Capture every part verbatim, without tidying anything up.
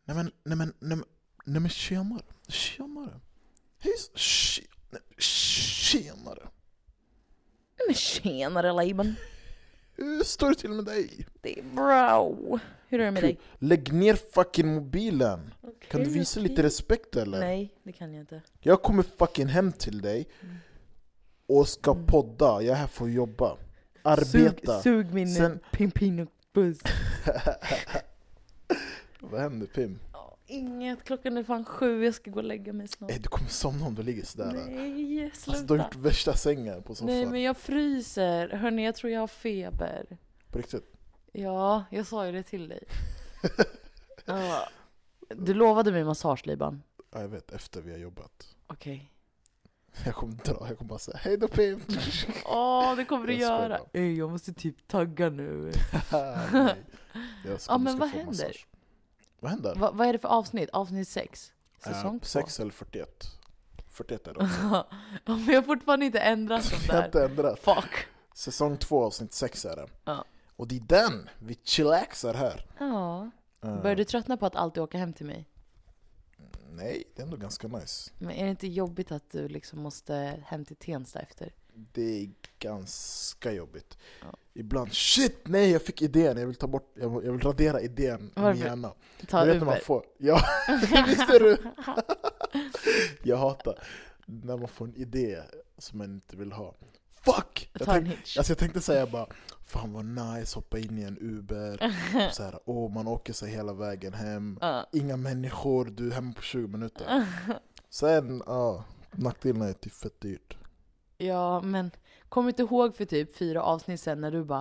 Nej men, nej men, nej men, nej men tjenare. Tjenare. Hej, tjenare. Men tjenare, Leiben. Hur står det till med dig? Det är bra. Hur är det med dig? Lägg ner fucking mobilen. Okay, Kan du visa okay. lite respekt eller? Nej, det kan jag inte. Jag kommer fucking hem till dig och ska Mm. podda. Jag är här för att jobba. Arbeta. Sug, sug min Sen... pimpin och buss. Vad händer, Pim? Oh, inget, klockan är fan sju. Jag ska gå och lägga mig snart. Hey, du kommer somna om du ligger sådär. Nej, sluta. Alltså, du har gjort värsta sängen på soffan. Nej, men jag fryser. Hörni, jag tror jag har feber. På riktigt? Ja, jag sa ju det till dig. Ja. Du lovade mig massage, Liban. Ja, jag vet, efter vi har jobbat. Okej. Okay. Jag kommer dra, jag kommer bara säga hej då, Pim. Åh, oh, det kommer du jag göra. Ey, jag måste typ tagga nu. Nej. Jag ska, ja, men ska vad få händer? Massage. Vad händer? Va, vad är det för avsnitt? Avsnitt sex? Säsong uh, två? sex eller fyrtioett. fyrtioett är det också. Ja, men jag har fortfarande inte ändrat dem Jag har inte där. ändrat. Fuck. Säsong två, avsnitt sex är det. Ja. Och det är den, vi chillaxar här. Ja. Uh, Börjar du tröttna på att alltid åka hem till mig? Nej, det är ändå ganska nice. Men är det inte jobbigt att du liksom måste hem till Tensta efter? Det är ganska jobbigt. Ja. Ibland, shit, nej, jag fick idén. Jag vill ta bort, jag vill, jag vill radera idén i min hjärna. Ta Du vet när man får, ja, visste du? Jag hatar när man får en idé som man inte vill ha. Fuck! Jag, Ta en tänk, hitch. alltså jag tänkte säga bara, fan vad nice, hoppa in i en Uber. Så här, åh, man åker sig hela vägen hem. Uh. Inga människor, du är hemma på tjugo minuter. Sen, ja, nackdelarna är typ fett dyrt. Ja, men kom inte ihåg för typ fyra avsnitt sen när du bara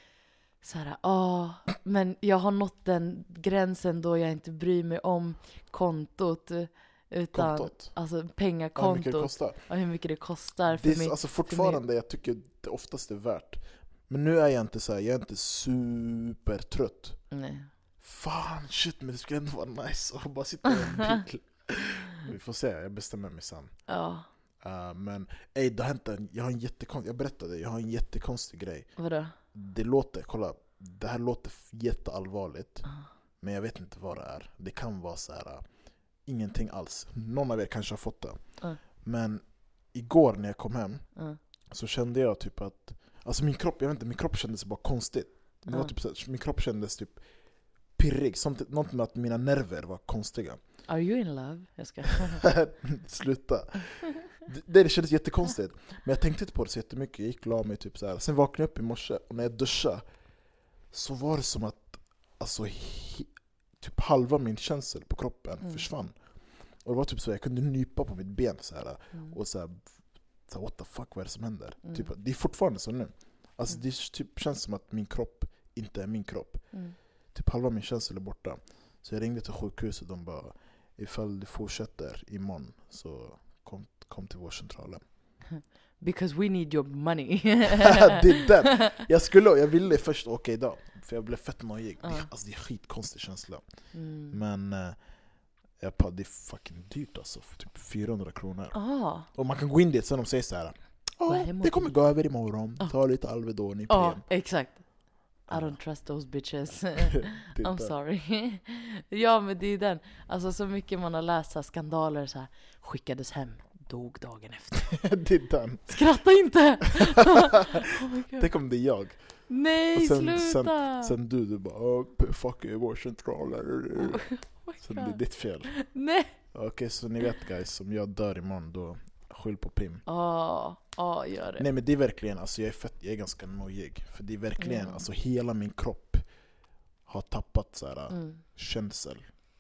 så här, ja, men jag har nått den gränsen då jag inte bryr mig om kontot utan Kontot. alltså Ja, pengakontot. hur mycket det kostar. Och hur mycket det kostar för Det är, mig. alltså fortfarande, jag tycker det oftast är värt. Men nu är jag inte så här, jag är inte supertrött. Nej. Fan, shit, men det skulle ändå vara nice att bara sitta i en bil. Vi får se, jag bestämmer mig sen. Ja. Uh, men ey, det har hänt en, jag har en jättekonstig, jag berättade, jag har en jättekonstig grej. Vadå? Det låter, kolla, det här låter jätteallvarligt. Uh. Men jag vet inte vad det är. Det kan vara så här, uh, ingenting alls. Någon av er kanske har fått det. Uh. Men igår när jag kom hem uh. så kände jag typ att, alltså min kropp, jag vet inte, min kropp kändes bara konstigt. Det var uh. typ så här, min kropp kändes typ pirrig, sånt, något med att mina nerver var konstiga. Are you in love? Jag ska. Sluta. Det, det kändes jättekonstigt. Men jag tänkte inte på det så jättemycket. Jag gick och la mig typ så här. Sen vaknade jag upp i morse och när jag duschade så var det som att alltså, he, typ halva min känsel på kroppen mm. försvann. Och det var typ så jag kunde nypa på mitt ben så här, mm. och så här, så här, what the fuck, vad är det som händer? Mm. Typ, det är fortfarande så nu. Alltså mm. det typ känns som att min kropp inte är min kropp. Mm. Typ halva min känsel är borta. Så jag ringde till sjukhuset och de bara, ifall det fortsätter imorgon så kom, kom till vårdcentralen. Because we need your money. Det är den. Jag skulle, jag ville först åka idag för jag blev fett nojig. Uh. Det, alltså, det är skitkonstig känsla. Mm. Men uh, jag bara, det är fucking dyrt alltså, för typ fyrahundra kronor. Uh. Och man kan gå in dit sen de säger så här, ja, det kommer gå över imorgon. Uh. Ta lite Alvedon i Ja, uh, exakt. I don't trust those bitches. I'm sorry. Ja, men det är den. Alltså så mycket man har läst så här, skandaler så här, skickades hem, dog dagen efter. Det är den. Skratta inte. Oh det kom det jag. Nej, och sen, sluta. Sen, sen du, du bara, oh, fuck you, vårdcentralen. Oh så det är ditt fel. Nej. Okej, okay, så ni vet guys, om jag dör imorgon då skyll på Pim. Ja, oh, oh, gör det. Nej, men det är verkligen, alltså jag är fett, jag är ganska nojig. För det är verkligen, mm. alltså hela min kropp har tappat så här mm. känsel.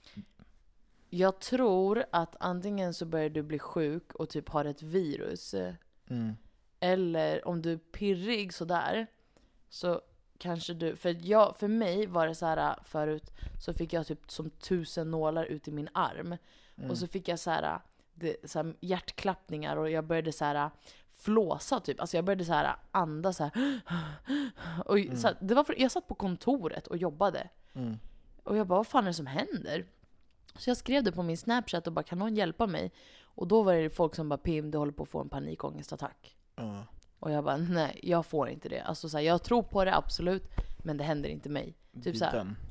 Jag tror att antingen så börjar du bli sjuk och typ har ett virus. Mm. Eller om du är pirrig sådär så kanske du, för jag, för mig var det så här förut, så fick jag typ som tusen nålar ut i min arm. Mm. Och så fick jag så här, det, så här hjärtklappningar och jag började så här flåsa typ. Alltså jag började så här andas så här. Och mm. så här, det var för, jag satt på kontoret och jobbade. Mm. Och jag bara, vad fan är det som händer? Så jag skrev det på min Snapchat och bara, kan någon hjälpa mig? Och då var det folk som bara, Pim, du håller på att få en panikångestattack. Mm. Och jag bara, nej, jag får inte det. Alltså så här, jag tror på det absolut, men det händer inte mig. Typ så här.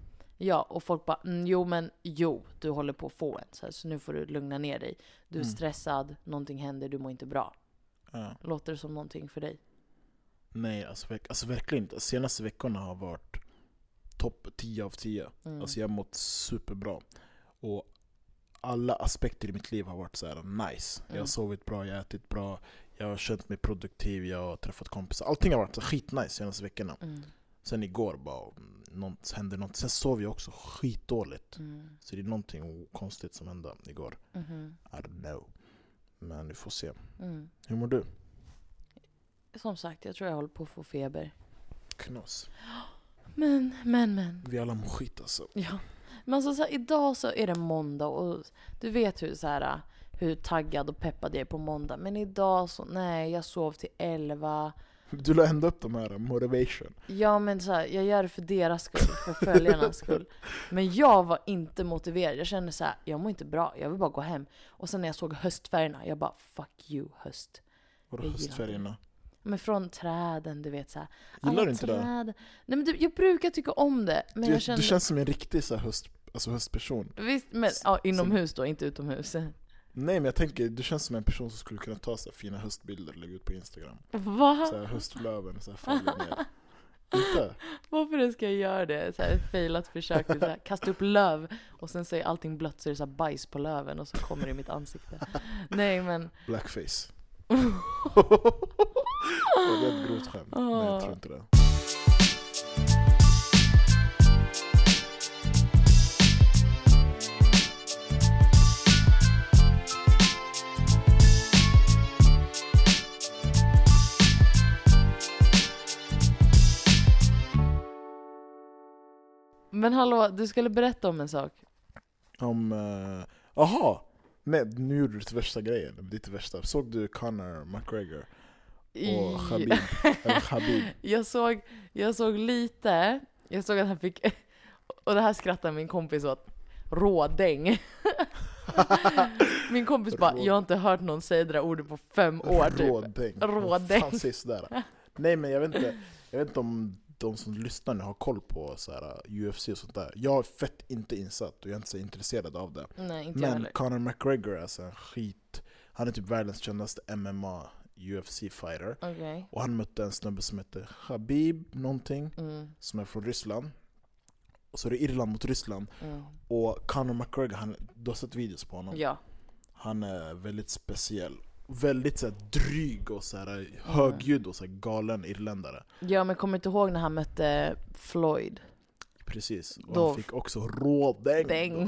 Ja, och folk bara, mm, jo men jo, du håller på att få en. Så, här, så nu får du lugna ner dig. Du är Mm. stressad, någonting händer, du mår inte bra. Ja. Låter det som någonting för dig? Nej, alltså, verk- alltså verkligen inte. Senaste veckorna har varit topp tio av tio. Mm. Alltså jag har mått superbra. Och alla aspekter i mitt liv har varit så här nice. Jag har Mm. sovit bra, jag har ätit bra, jag har känt mig produktiv, jag har träffat kompisar. Allting har varit så skitnice senaste veckorna. Mm. Sen igår bara, något, hände något. Sen sov jag också skitdåligt. Mm. Så det är någonting konstigt som hände igår. Mhm. I don't know. Men vi får se. Mm. Hur mår du? Som sagt, jag tror jag håller på att få feber. Knas. Men, men, men. Vi alla mår skit alltså. Ja. Men alltså, så här, idag så är det måndag och du vet hur, så här, hur taggad och peppad jag är på måndag. Men idag så, nej, jag sov till elva. Du la ändå upp de här motivation. Ja, men så här, jag gör det för deras skull, för följarnas skull. Men jag var inte motiverad. Jag kände så här, jag mår inte bra, jag vill bara gå hem. Och sen när jag såg höstfärgerna, jag bara, fuck you, höst. Vadå Jag gillar höstfärgerna? Men från träden, du vet så här. Gillar alla du inte det? träd. Nej, men du, jag brukar tycka om det. Men Du, jag kände, du känns som en riktig så här, höst, alltså höstperson. visst, men ja, inomhus då, inte utomhus. Nej, men jag tänker, du känns som en person som skulle kunna ta så här, fina höstbilder och lägga ut på Instagram. Va? Så här, höstlöven så här, faller ner. Inte? Varför ska jag göra det? Så här, failat försök till så här, kasta upp löv och sen så är allting blött så är det så här bajs på löven och så kommer det i mitt ansikte. Nej, men Blackface. Det är ett grovt skämt. Nej, jag tror inte det. Men hallå, du skulle berätta om en sak. Om, uh, aha! Nej, nu gjorde du det värsta grejen. Det är det värsta. Såg du Conor McGregor och Khabib? Eller Khabib? Jag såg, jag såg lite. Jag såg att han fick, och det här skrattar min kompis åt, rådäng. Min kompis bara, jag har inte hört någon säga det där ordet på fem år typ. Rådäng. Rådäng. Fan sägs sådär. Nej, men jag vet inte, jag vet inte om de som lyssnar nu har koll på så här, U F C och sånt där. Jag är fett inte insatt och jag är inte så intresserad av det. Nej, inte jag Men heller. Conor McGregor är alltså en skit. Han är typ världens kändaste M M A U F C-fighter. Okej. Och han mötte en snubbe som heter Khabib någonting, Mm, som är från Ryssland. Och så är det Irland mot Ryssland. mm. Och Conor McGregor, han, du har sett videos på honom. Ja. Han är väldigt speciell. Väldigt så här, dryg och så här, högljudd och så här, galen irländare. Ja, men kommer inte ihåg när han mötte Floyd? Precis. Och Då- han fick också rådäng. Däng.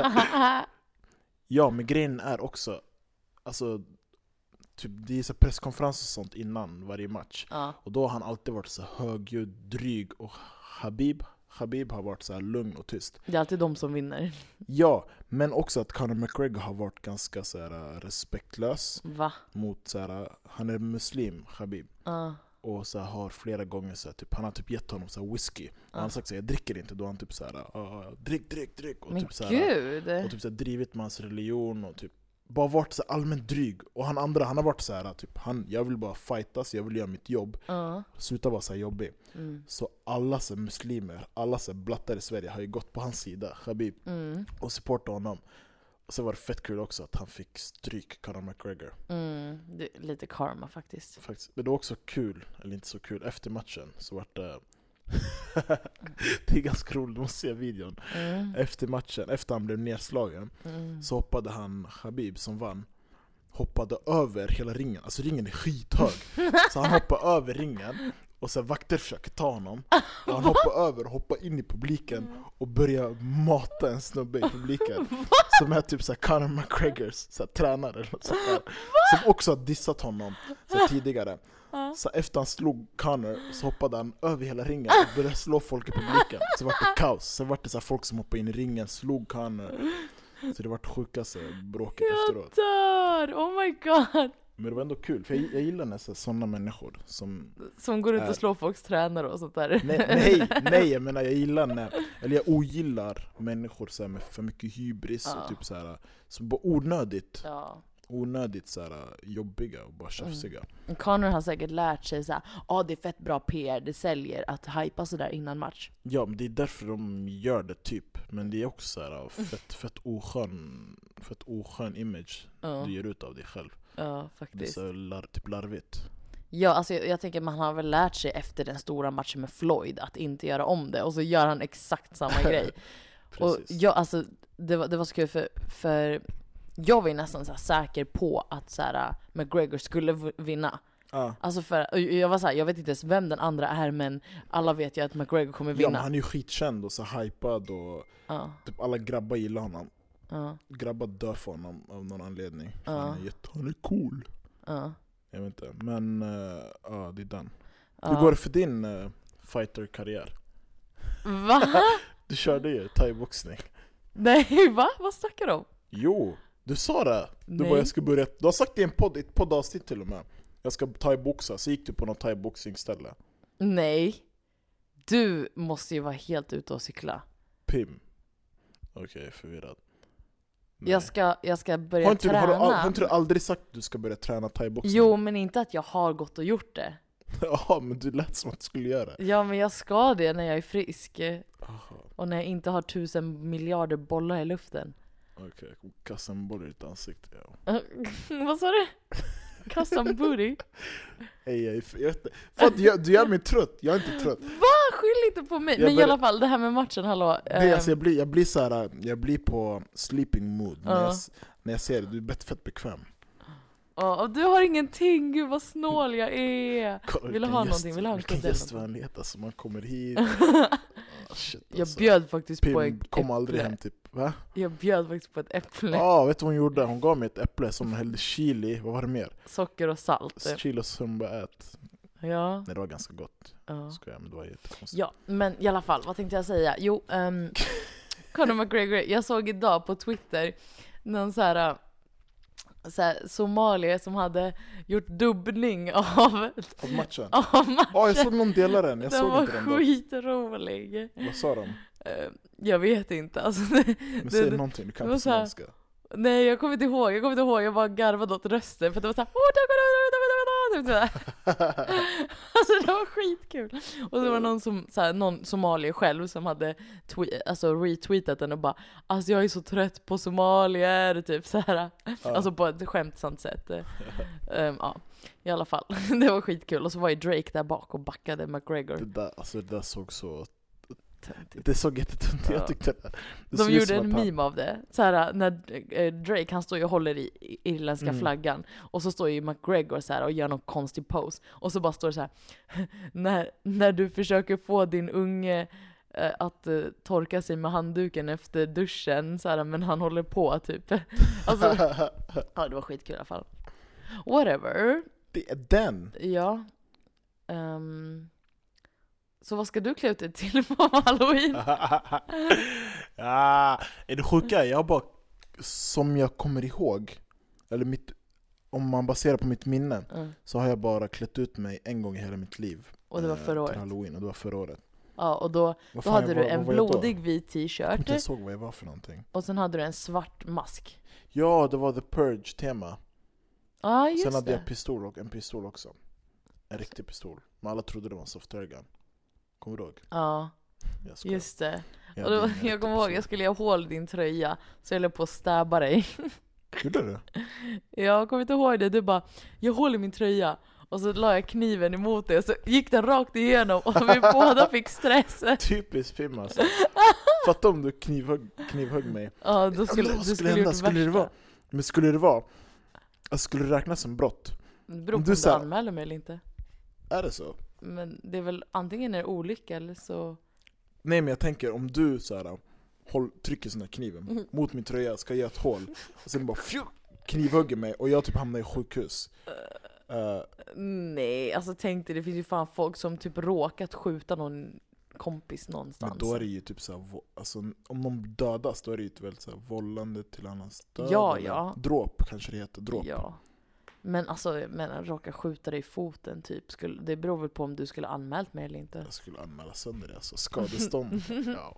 Ja, men grejen är också, alltså, typ, det är så presskonferenser och sånt innan varje match. Ja. Och då har han alltid varit så högljudd, dryg. Och Khabib, Khabib har varit så här lugn och tyst. Det är alltid de som vinner. Ja, men också att Conor McGregor har varit ganska så här respektlös Va? mot så här, han är muslim, Khabib. Ja. Och så här, har flera gånger så här, typ, han har typ gett honom så här, whisky. Och han har sagt så här, jag dricker inte. Då har han typ så här, "Ah, drick, drick, drick. Och Men typ så här, gud. och typ så här, drivit med hans religion och typ bara varit så här, allmänt dryg. Och han andra, han har varit så här, typ, han, jag vill bara fightas, jag vill göra mitt jobb. Ja. Sluta vara så här jobbig. Mm. Så alla så här, muslimer, alla så här, blattar i Sverige har ju gått på hans sida, Khabib, Mm. och supportat honom. Och så var det fett kul också att han fick stryk, Conor McGregor. Mm. Det är lite karma faktiskt. Faktiskt. Men det var också kul, eller inte så kul, efter matchen så var det det är ganska roligt, du måste se videon. Mm. Efter matchen, efter han blev nedslagen, Mm. så hoppade han, Khabib som vann, hoppade över hela ringen. Alltså ringen är skithög. Så han hoppade över ringen och så vakter försöker ta honom. Och han hoppar över och hoppar in i publiken och börjar mata en snubbe i publiken. Som är typ så här Conor McGregors så här, tränare eller något sånt där. Som också har dissat honom så här, tidigare. Så efter han slog Conor så hoppade han över hela ringen och började slå folk i publiken. Så var det kaos. Så var det så här, folk som hoppade in i ringen, slog Conor. Så det var det sjukaste bråket efteråt. Jag dör! Oh my god! Men det var ändå kul, för jag, jag gillar nästan sådana människor som... Som går ut Äh. och slår folks tränare och sånt där. Nej, nej, nej, jag menar jag gillar när, eller jag ogillar människor så här, med för mycket hybris Ja. och typ så här, som bara onödigt. Ja. onödigt så här, jobbiga och bara tjafsiga. Mm. Connor har säkert lärt sig så här, ja ah, det är fett bra P R, det säljer att hypa så där innan match. Ja, men det är därför de gör det typ. Men det är också så här, fett, fett oskön, fett oskön image uh. du ger ut av dig själv. Ja, faktiskt. Det är så lar, typ larvigt. Ja, alltså jag, jag tänker man har väl lärt sig efter den stora matchen med Floyd att inte göra om det. Och så gör han exakt samma grej. Och jag, alltså, det var, det var så kul för, för jag var ju nästan så här säker på att så här, McGregor skulle v- vinna. Ah. Alltså för, jag var så här, jag vet inte ens vem den andra är, men alla vet ju att McGregor kommer vinna. Ja, men han är ju skitkänd och så hypad och ah. typ alla grabbar gillar honom. Ah. Grabbar dör för honom av någon anledning. Ah. Han, är jätte, han är cool. Ah. Jag vet inte, men uh, ja, det är den. Ah. Hur går det för din uh, fighter-karriär? Va? Du körde ju thai-boxning. Nej, va? Vad snackar du om? Jo, du sa det. Du Nej. bara, jag ska börja. Du har sagt det i en podd, ett poddavsnitt till och med. Jag ska thai-boxa, så gick du på något thai-boxing-ställe. Nej. Du måste ju vara helt ute och cykla. Pim. Okej, okay, förvirrad. Nej. Jag ska, jag ska börja har inte, träna. Har du, har inte du aldrig sagt att du ska börja träna thai-boxning? Jo, men inte att jag har gått och gjort det. Ja, men du lät som att du skulle göra det. Ja, men jag ska det när jag är frisk. Aha. Och när jag inte har tusen miljarder bollar i luften. Okej, okay. Kasta en boll i ditt ansikte. Ja. Vad sa du? Kasta en booty? Ej, jag, jag vet inte. För att jag, du gör mig trött, jag är inte trött. Va? Skyll inte på mig. Jag men bör... i alla fall, det här med matchen, hallå. Det, um... alltså, jag, blir, jag blir så här, jag blir på sleeping mood uh. när, jag, när jag ser det. Du är bättre fett bekväm. Ja, och du har ingenting, gud vad snål jag är. Vill du ha gäst, någonting? Vill du ha en vilken gästvänlighet, alltså man kommer hit. oh, shit, jag alltså. bjöd faktiskt Pim på ett kom äpple. aldrig hem typ, va? Jag bjöd faktiskt på ett äpple. Ja, ah, vet du vad hon gjorde? Hon gav mig ett äpple som hällde chili, vad var det mer? Socker och salt. Chili och sumba ät. Ja. Nej, det var ganska gott. Ja. Skojar, men det var jättekonstigt. Ja, men i alla fall, vad tänkte jag säga? Jo, um, Conor McGregor, jag såg idag på Twitter någon så här, så här somalier som hade gjort dubbning av, av matchen. Av matchen. Ja, jag såg någon dela den. Jag den såg var inte den då. skitrolig. Vad sa de? Uh, jag vet inte. Alltså, det, men det, säg det, någonting, du kan det inte svenska. Nej, jag kommer inte ihåg. Jag kommer inte ihåg. Jag bara garvade åt rösten för det var så här. Alltså det var skitkul. Och det var någon som så här, någon somalier själv som hade twe- alltså retweetat den och bara, alltså jag är så trött på somalier typ så här. Ja. Alltså på ett skämtsamt sätt. um, ja, i alla fall. Det var skitkul. Och så var ju Drake där bak och backade McGregor. Det där, alltså det där såg så töntigt. Det såg jättetunt, ja. Jag tyckte det. Det de gjorde en meme av det. Så här, när Drake, han står ju och håller i irländska mm. flaggan. Och så står ju McGregor så här och gör någon konstig pose. Och så bara står det så här. när, när du försöker få din unge äh, att äh, torka sig med handduken efter duschen. Så här, men han håller på typ. Alltså, ja, det var skitkul i alla fall. Whatever. Det är den. Ja. Um, Så vad ska du klä ut dig till på Halloween? Ja, är det sjuka? Jag har bara, som jag kommer ihåg, eller mitt, om man baserar på mitt minne, mm. så har jag bara klätt ut mig en gång i hela mitt liv. Och det var förra året. Till Halloween, och det var förra året. Ja, och då, då hade jag, du en blodig vit t-shirt. Jag såg vad jag var för någonting. Och sen hade du en svart mask. Ja, det var The Purge-tema. Ja, just sen hade det. jag pistol och en pistol också. En riktig pistol. Men alla trodde det var en soft airgun. Kommer du ihåg? Ja, just det. Jag, och då, jag kommer ihåg, jag skulle göra hål i din tröja. Så jag höll på att stäba dig. Gjorde du? Jag kommer inte ihåg det. Du bara, jag håller min tröja. Och så la jag kniven emot dig. Och så gick den rakt igenom. Och vi båda fick stress. Typiskt film alltså. Fatta om du knivhögg, knivhögg mig. Ja, då skulle, ja, du skulle, skulle hända, gjort skulle det vara. Men skulle det vara alltså, skulle det räknas som brott? Det beror på om du, du så här, anmäler mig eller inte. Är det så? Men det är väl antingen är det olycka eller så. Nej, men jag tänker om du så här, håll, trycker sån här kniven mm. mot min tröja, ska göra ett hål och sen bara fju, knivhugger mig och jag typ hamnar i sjukhus. Uh, Nej, alltså tänk dig, det finns ju fan folk som typ råkat skjuta någon kompis någonstans. Men då är det ju typ så här, alltså, om de dödas då är det ju väldigt så här, vållande till annans död. Ja, ja. Dråp kanske det heter, dråp. Ja. Men alltså, jag menar, råka skjuta dig i foten typ, skulle, det beror väl på om du skulle anmält mig eller inte. Jag skulle anmäla sönder det, alltså skadestånd. Ja,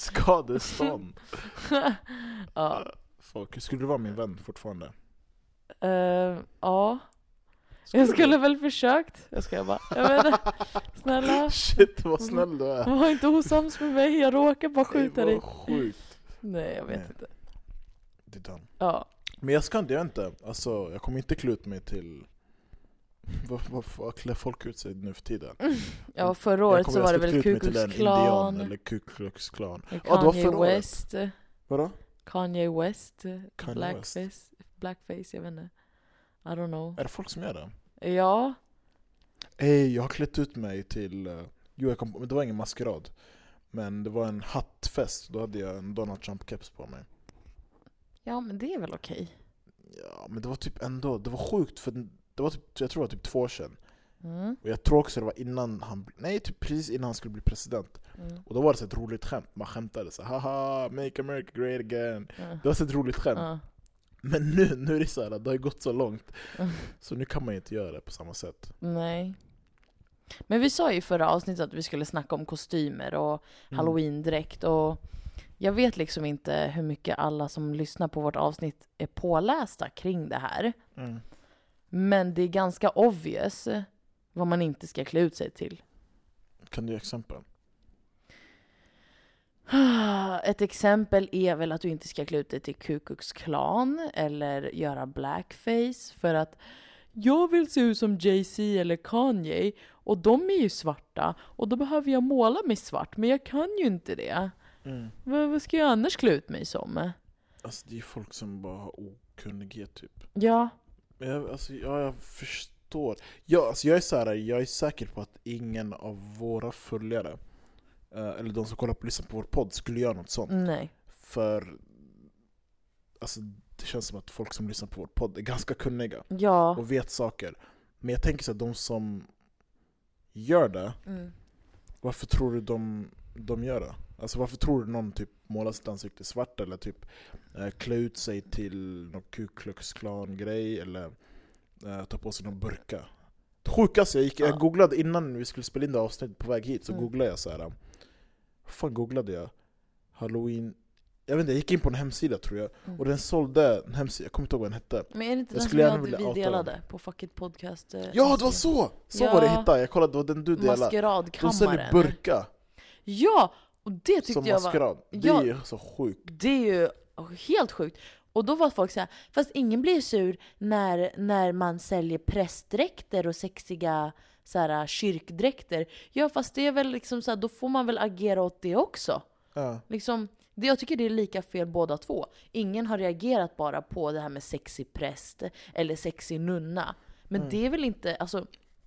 skadestånd. Ja. Folk, skulle du vara min vän fortfarande? Uh, ja. Jag skulle väl försökt. Jag ska bara, jag vet inte. Snälla. Shit, vad snäll du är. Var inte osams med mig. Jag råkar bara skjuta dig. Det var sjukt. Nej, jag vet Nej. inte. Det är done. Ja. Men jag ska inte, jag inte. Alltså, jag kommer inte klä ut mig till... Vad, vad, vad klär folk ut sig nu för tiden? Ja, förra året så var det väl Ku Klux Klan. Eller Ku Klux Klan. Kanye Ja, det var förra West. året. Vadå? Kanye West. Kanye Blackface. West. Blackface, jag vet inte. I don't know. Är det folk som gör det? Ja. Ey, jag har klätt ut mig till... Uh, jo, jag kom, men det var ingen maskerad. Men det var en hattfest. Då hade jag en Donald Trump-keps på mig. Ja, men det är väl okej. Ja, men det var typ ändå... Det var sjukt för... Det var typ, jag tror det var typ två år sedan. Mm. Och jag tror också det var innan han... Nej, typ precis innan han skulle bli president. Mm. Och då var det så ett roligt skämt. Man skämtade så haha, make America great again. Mm. Det var så ett roligt skämt. Mm. Men nu, nu är det så här, det har gått så långt. Mm. Så nu kan man inte göra det på samma sätt. Nej. Men vi sa ju i förra avsnittet att vi skulle snacka om kostymer och Mm. Halloween-dräkt. Och jag vet liksom inte hur mycket alla som lyssnar på vårt avsnitt är pålästa kring det här. Mm. Men det är ganska obvious vad man inte ska klä ut sig till. Kan du ge exempel? Ett exempel är väl att du inte ska klä ut dig till Ku Klux Klan eller göra blackface för att jag vill se ut som Jay-Z eller Kanye och de är ju svarta och då behöver jag måla mig svart men jag kan ju inte det. Mm. Vad, vad ska jag annars klä ut mig som? Alltså det är folk som bara har okunnighet typ. Ja. Men jag, alltså, ja, jag förstår. Ja, alltså, jag är så här, jag är säker på att ingen av våra följare eh, eller de som kollar på, lyssnar på vår podd skulle göra något sånt. Nej. För alltså, det känns som att folk som lyssnar på vår podd är ganska kunniga Ja. och vet saker. Men jag tänker så att de som gör det, Mm. varför tror du de, de gör det? Alltså varför tror du någon typ målar sitt ansikte svart eller typ eh, klä ut sig till någon Ku Klux Klan grej eller eh, ta på sig någon burka? Det sjukaste, jag, gick, Ja. jag googlade innan vi skulle spela in det avsnittet på väg hit så Mm. googlade jag så här. Vad fan googlade jag? Halloween. Jag vet inte, jag gick in på en hemsida tror jag. Mm. Och den sålde en hemsida, jag kommer inte ihåg vad den hette. Men är det inte Jag den skulle som gärna jag, vilja vi outa delade på Fuck It Podcast? Eh, Ja, det var så! Så Ja. var det jag hittade, jag kollade, det var den du delade. De Maskeradkammaren. säljer burka Ja, och det tyckte som jag var... maskerad. Det Ja. är ju så sjukt. Det är ju helt sjukt. Och då var folk så här, fast ingen blir sur när, när man säljer prästdräkter och sexiga så här, kyrkdräkter. Ja, fast det är väl liksom så här, då får man väl agera åt det också. Ja. Liksom, det, jag tycker det är lika fel båda två. Ingen har reagerat bara på det här med sexig präst eller sexig nunna. Men Mm. det är väl inte, alltså,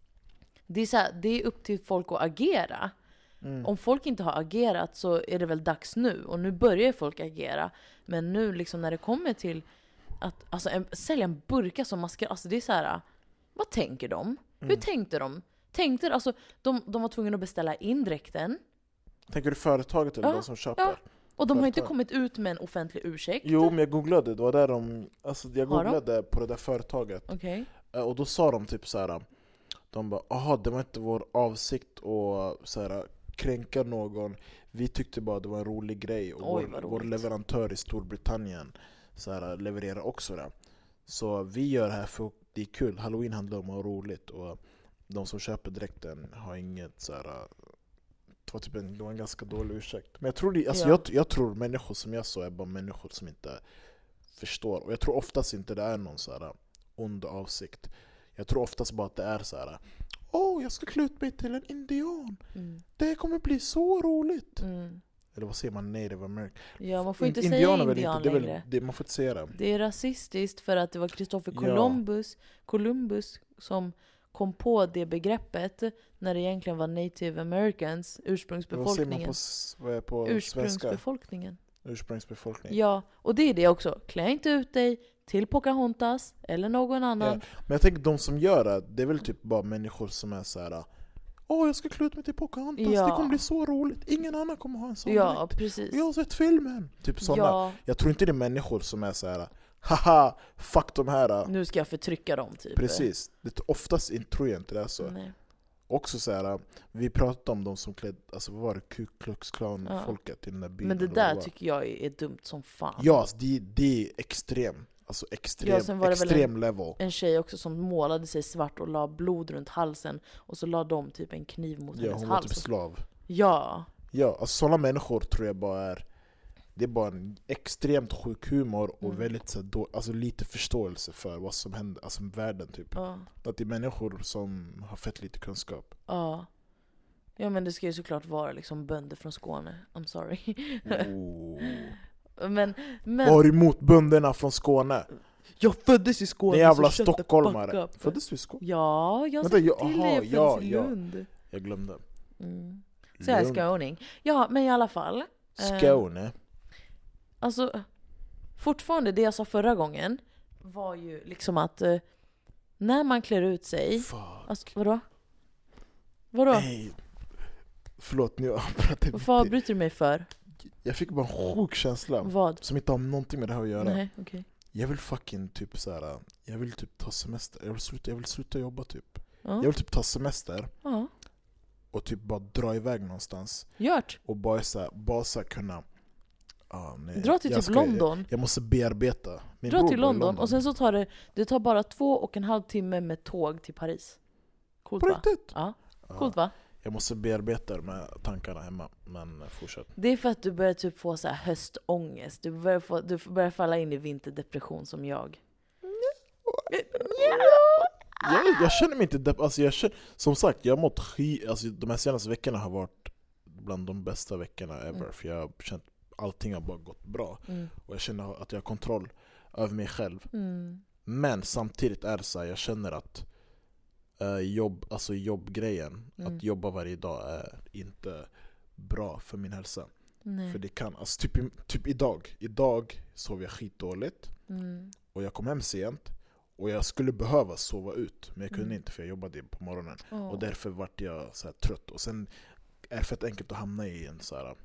det är, så här, det är upp till folk att agera. Mm. Om folk inte har agerat så är det väl dags nu. Och nu börjar folk agera. Men nu liksom när det kommer till att alltså, en, sälja en burka som maskerad. Alltså det är så här. Vad tänker de? Mm. Hur tänkte de? Tänkte alltså de, de var tvungna att beställa in dräkten. Tänker du företaget eller Ja, de som köper? ja. Och de har inte Företag. kommit ut med en offentlig ursäkt. Jo, men jag googlade, det var där de, alltså jag Har de? googlade på det där företaget. Okej. Eh, Och då sa de typ så här. De bara, aha, det var inte vår avsikt att så här, kränka någon. Vi tyckte bara det var en rolig grej. Och Oj, vår, vad vår roligt. leverantör i Storbritannien så här, levererar också det. Så vi gör det här för det är kul. Halloween handlar om att ha roligt. Och de som köper dräkten har inget så här. Det var, typ en, det var en ganska dålig ursäkt. Men jag tror, det, alltså Ja. jag, jag tror människor som jag så är bara människor som inte förstår. Och jag tror oftast inte det är någon så här ond avsikt. Jag tror oftast bara att det är så här. Åh, oh, jag ska klä ut mig till en indian. Mm. Det kommer bli så roligt. Mm. Eller vad säger man? Native American. Ja, man får inte In- säga indianer väl indian inte, det är längre. väl, det, man får inte säga det. Det är rasistiskt för att det var Christopher Ja. Columbus, Columbus som kom på det begreppet när det egentligen var Native Americans, Vad säger man ursprungsbefolkningen. på, s- vad är på svenska? Ursprungsbefolkningen. Ursprungsbefolkning. Ja, och det är det också. Klä inte ut dig till Pocahontas eller någon annan. Ja. Men jag tänker de som gör det, det är väl typ bara människor som är så här. Åh, jag ska klä ut mig till Pocahontas. Ja. Det kommer bli så roligt. Ingen annan kommer ha en sån Ja, dräkt. precis. Och jag har sett filmen. Typ sådana. Ja, Jag tror inte det är människor som är så här. Haha, fuck de här. nu ska jag förtrycka dem typ. Precis. Det, oftast inte, tror jag inte det är så. Nej. Också så här, vi pratade om de som klädde, alltså vad var det, Ku Klux Klan Ja. folket i den där byn. Men det eller vad där var. tycker jag är, är dumt som fan. Ja, alltså, det, det är extrem. Alltså extrem, Ja, sen var det väl extrem en, level. en tjej också som målade sig svart och la blod runt halsen. Och så la de typ en kniv mot Ja, hennes hon var hals. typ slav. Ja. Ja, alltså sådana människor tror jag bara är... Det är bara en extremt sjuk humor och Mm. väldigt så då, alltså lite förståelse för vad som händer, alltså världen typ. Ja. Att det är människor som har fett lite kunskap. Ja. Ja, men det ska ju såklart vara liksom bönder från Skåne. I'm sorry. Oh. men, men... Var emot bönderna från Skåne. Jag föddes i Skåne. Den jävla så shut the fuck stockholmare. up. Föddes du i Skåne? Ja, jag Vänta, sa jag- till aha, dig. Jag föddes ja, i ja. Lund. Jag glömde. Mm. Så jag är Lund. skåning. Ja, men i alla fall. eh, Skåne. Alltså, fortfarande det jag sa förra gången var ju liksom att eh, när man klär ut sig... Fuck. Alltså, vadå? Vadå? Nej. Förlåt, nu avbröt jag. Varför avbryter du mig för? Jag fick bara en sjuk känsla Vad? som inte har någonting med det här att göra. Nej, okej. Jag vill fucking typ så här. Jag vill typ ta semester. Jag vill sluta, jag vill sluta jobba typ. Ja. Jag vill typ ta semester Ja. och typ bara dra iväg någonstans Gjort. och bara så här, bara så här kunna ah, nej. Dra till Jag typ ska- London. Jag, jag måste bearbeta. Min Dra bror till bor i London och sen så tar det, det tar bara två och en halv timme med tåg till Paris. Coolt På va? riktigt? Ja, Ja. coolt va? Jag måste bearbeta det med tankarna hemma. Men fortsätt. Det är för att du börjar typ få så här höstångest. Du börjar, få, du börjar falla in i vinterdepression som jag. Jag, jag känner mig inte depp, alltså jag känner, som sagt, jag har mått skit, alltså de här senaste veckorna har varit bland de bästa veckorna ever. Mm. För jag har känt allting har bara gått bra. Mm. Och jag känner att jag har kontroll över mig själv. Mm. Men samtidigt är det så här, jag känner att eh, jobb, alltså jobbgrejen, Mm. att jobba varje dag är inte bra för min hälsa. Nej. För det kan, alltså typ, i- typ idag, idag sov jag skitdåligt Mm. och jag kom hem sent och jag skulle behöva sova ut, men jag kunde Mm. inte för jag jobbade på morgonen. Åh. Och därför vart jag så här trött. Och sen är det fett enkelt att hamna i en så här.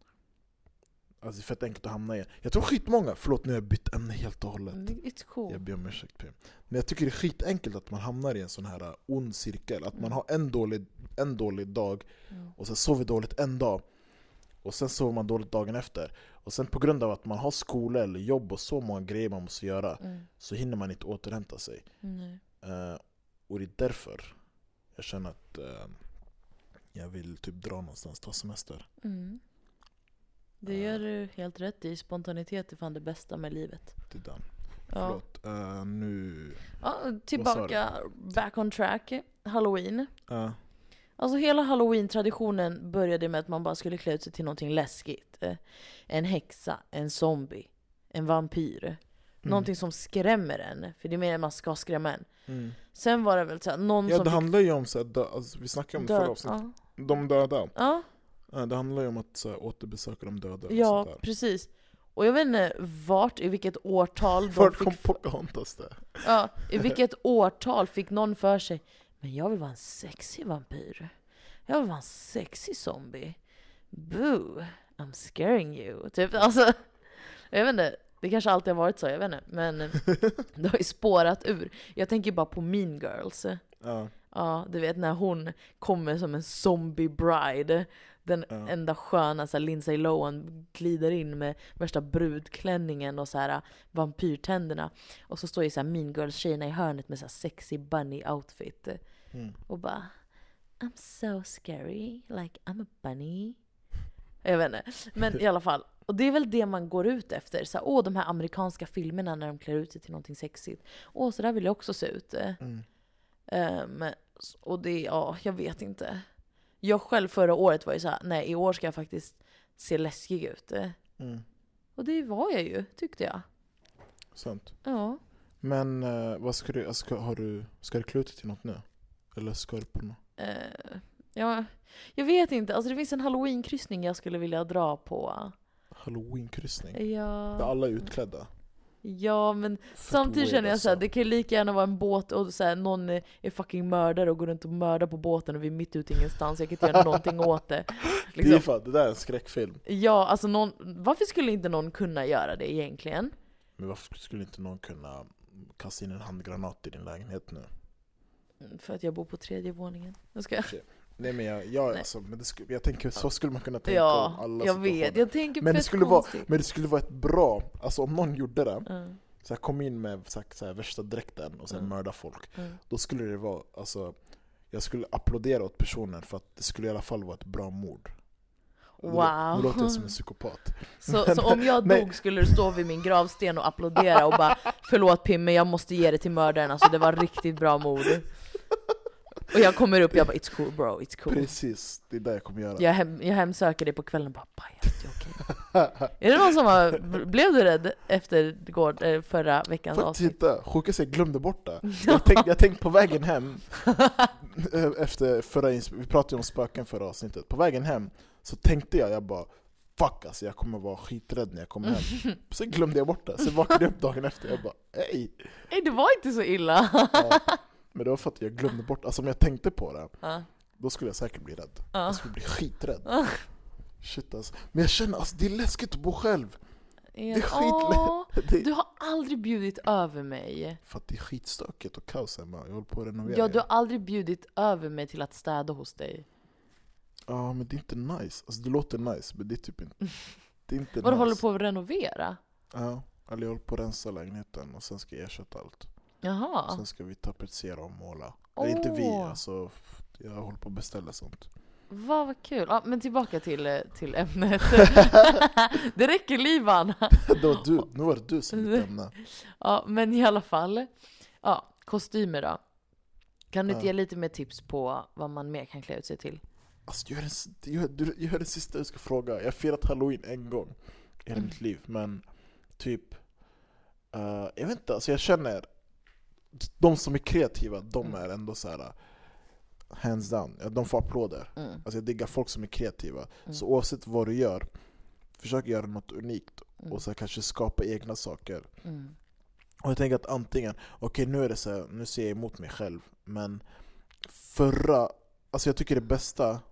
Alltså det är fett enkelt att hamna i. Jag tror skitmånga, förlåt nu har jag bytt ämne helt och hållet. It's cool. Jag ber om ursäkt P. Men jag tycker det är skitenkelt att man hamnar i en sån här ond cirkel. Att man Mm. har en dålig, en dålig dag Mm. och sen sover dåligt en dag. Och sen sover man dåligt dagen efter. Och sen på grund av att man har skola eller jobb och så många grejer man måste göra, Mm. så hinner man inte återhämta sig. Nej. Eh, och det är därför jag känner att eh, jag vill typ dra någonstans, ta semester. Mm. Det Eh. gör du helt rätt i. Spontanitet är fan det bästa med livet. Det är den. Ja. Förlåt. Eh, nu... Ja, tillbaka, back on track. Halloween. Uh, Alltså hela Halloween-traditionen började med att man bara skulle klä ut sig till någonting läskigt. Eh, En häxa, en zombie, en vampyr. mm. Någonting som skrämmer en. För det är mer att man ska skrämma en. Mm. Sen var det väl så här, någon Ja, som det fick handlar ju om så här, dö, alltså, vi snackade om det förra död. avsnittet. Ja. De döda. Ja, Ja, det handlar ju om att så här, återbesöka de döda. och ja, sånt där. precis. Och jag vet inte vart, i vilket årtal de Vart fick... kom Pocahontas där? Ja, i vilket årtal fick någon för sig, men jag vill vara en sexig vampyr. Jag vill vara en sexig zombie. Boo, I'm scaring you. Typ, alltså, jag vet inte, det kanske alltid har varit så, jag vet inte. Men det har ju spårat ur. Jag tänker bara på Mean Girls. Ja. Ja, du vet när hon kommer som en zombie bride. Den Ja. enda sköna så här, Lindsay Lohan glider in med värsta brudklänningen och så här vampyrtänderna. Och så står ju så här Mean Girls-tjejerna i hörnet med så här sexy bunny outfit. Mm. Och bara I'm so scary, like I'm a bunny. Jag vet inte. Men i alla fall. Och det är väl det man går ut efter. Så här, åh, de här amerikanska filmerna när de klär ut sig till någonting sexigt. Åh, så där vill jag också se ut. Mm. Um, och det, ja, jag vet inte. Jag själv förra året var ju så här, nej, i år ska jag faktiskt se läskig ut. Mm. Och det var jag ju, tyckte jag. Sant. Ja. Men eh, vad ska du, alltså, ska, har du, ska du klä ut dig till något nu? Eller ska du på något? Uh, ja, jag vet inte. Alltså det finns en Halloween-kryssning jag skulle vilja dra på. Halloween-kryssning? Ja. Där alla är utklädda? Ja, men Fett samtidigt weird, känner jag så här, alltså. det kan ju lika gärna vara en båt och så här, någon är fucking mördare och går runt och mördar på båten och vi är mitt ute ingenstans. Jag kan inte göra någonting åt det. Det, är Liksom. fan, det där är en skräckfilm. Ja, alltså någon, varför skulle inte någon kunna göra det egentligen? Men varför skulle inte någon kunna kasta in en handgranat i din lägenhet nu? För att jag bor på tredje våningen. Jag ska... Nej men jag, jag, Nej. Alltså, men det skulle, jag tänker så skulle man kunna tänka Ja, om alla jag vet. situationer. Jag tänker Men det, fett skulle vara, konstigt. men det skulle vara ett bra, alltså om någon gjorde det, Ja. Så jag kom in med så här, så här, värsta dräkten och sen mm. mörda folk. Mm. Då skulle det vara, alltså, jag skulle applådera åt personen för att det skulle i alla fall vara ett bra mord. Wow. Nu låter jag som en psykopat. Så, men, så om jag dog skulle du stå vid min gravsten och applådera och bara förlåt Pim, men jag måste ge det till mördaren. Alltså det var riktigt bra mord. Och jag kommer upp och jag bara it's cool bro, it's cool. Precis, det är det jag kommer göra. Jag, hem, jag hemsöker dig på kvällen och bara Pajas, det är okej. Är det någon som har, blev du rädd efter går, förra veckans avsnitt? Titta, sjuka sig, jag glömde bort det. Jag tänkte jag tänkt på vägen hem efter förra, vi pratade om spöken förra avsnittet. På vägen hem så tänkte jag, jag bara fuck alltså, jag kommer vara skiträdd när jag kommer hem. Sen glömde jag bort det. Sen vaknade jag upp dagen efter och jag bara hej. Nej, det var inte så illa. Ja, men det var för att jag glömde bort, alltså om jag tänkte på det uh. då skulle jag säkert bli rädd. uh. Jag skulle bli skiträdd. uh. Shit alltså. Men jag känner alltså, det är läskigt att bo själv. Det är skitläskigt. Du har aldrig bjudit över mig. För att det är skitstökigt och kaos hemma. Jag håller på att renovera. Ja, du har aldrig bjudit över mig till att städa hos dig. Ja, men det är inte nice. Alltså det låter nice, men det är typ inte, det är inte Vad nice. håller du på att renovera? Ja, eller jag håller på att rensa lägenheten och sen ska jag ersätta allt. Jaha. Sen ska vi tapetsera och måla. Oh. Eller inte vi, alltså jag håller på att beställa sånt. Vad vad kul. Ja, men tillbaka till, till ämnet. Det räcker Livan. Då, du, nu var det du som fick ämna. Ja, men i alla fall. Ja, kostymer då. Kan du inte ja. ge lite mer tips på vad man mer kan klä ut sig till? Alltså, jag, är den, jag, du, jag är den sista jag ska fråga. Jag har firat Halloween en gång i mm. mitt liv. Men typ uh, jag vet inte, alltså jag känner de som är kreativa, de mm. är ändå så här hands down, de får applåder. Mm. Alltså jag diggar folk som är kreativa. Mm. Så oavsett vad du gör, försök göra något unikt mm. och så kanske skapa egna saker. Mm. Och jag tänker att antingen, okej okay, nu är det så här, nu ser jag emot mig själv, men förra, alltså jag tycker det bästa,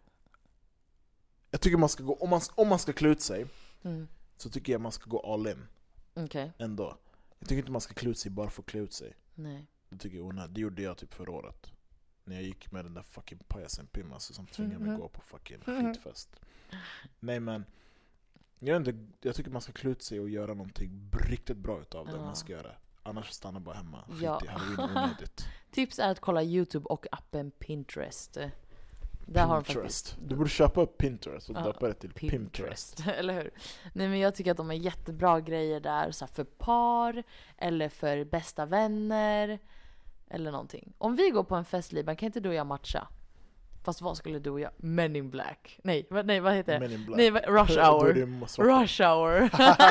jag tycker man ska gå, om man, om man ska klä ut sig mm. så tycker jag man ska gå all in. Okay. Ändå. Jag tycker inte man ska klä ut sig bara för att klä ut sig. Nej. Det tycker jag onödigt. Det gjorde jag typ förra året. När jag gick med den där fucking pajasen Pim, alltså, som tvingade mig mm-hmm. gå på fucking skitfest. Nej men jag, inte, jag tycker man ska klä ut sig och göra någonting riktigt bra utav det ja. man ska göra. Annars stannar bara hemma. Skit ja. i Halloween onödigt. Tips är att kolla YouTube och appen Pinterest. Där har de faktiskt... Du borde köpa upp Pinterest och ja, döpa det till Pinterest. Pinterest. Eller hur? Nej, men jag tycker att de har jättebra grejer där så här för par eller för bästa vänner eller någonting. Om vi går på en fest, Liban, kan inte du och jag matcha? Fast vad skulle du och jag? Men in Black. Nej, vad, nej, vad heter det? Men in Black. Nej, Rush Hour. Rush Hour.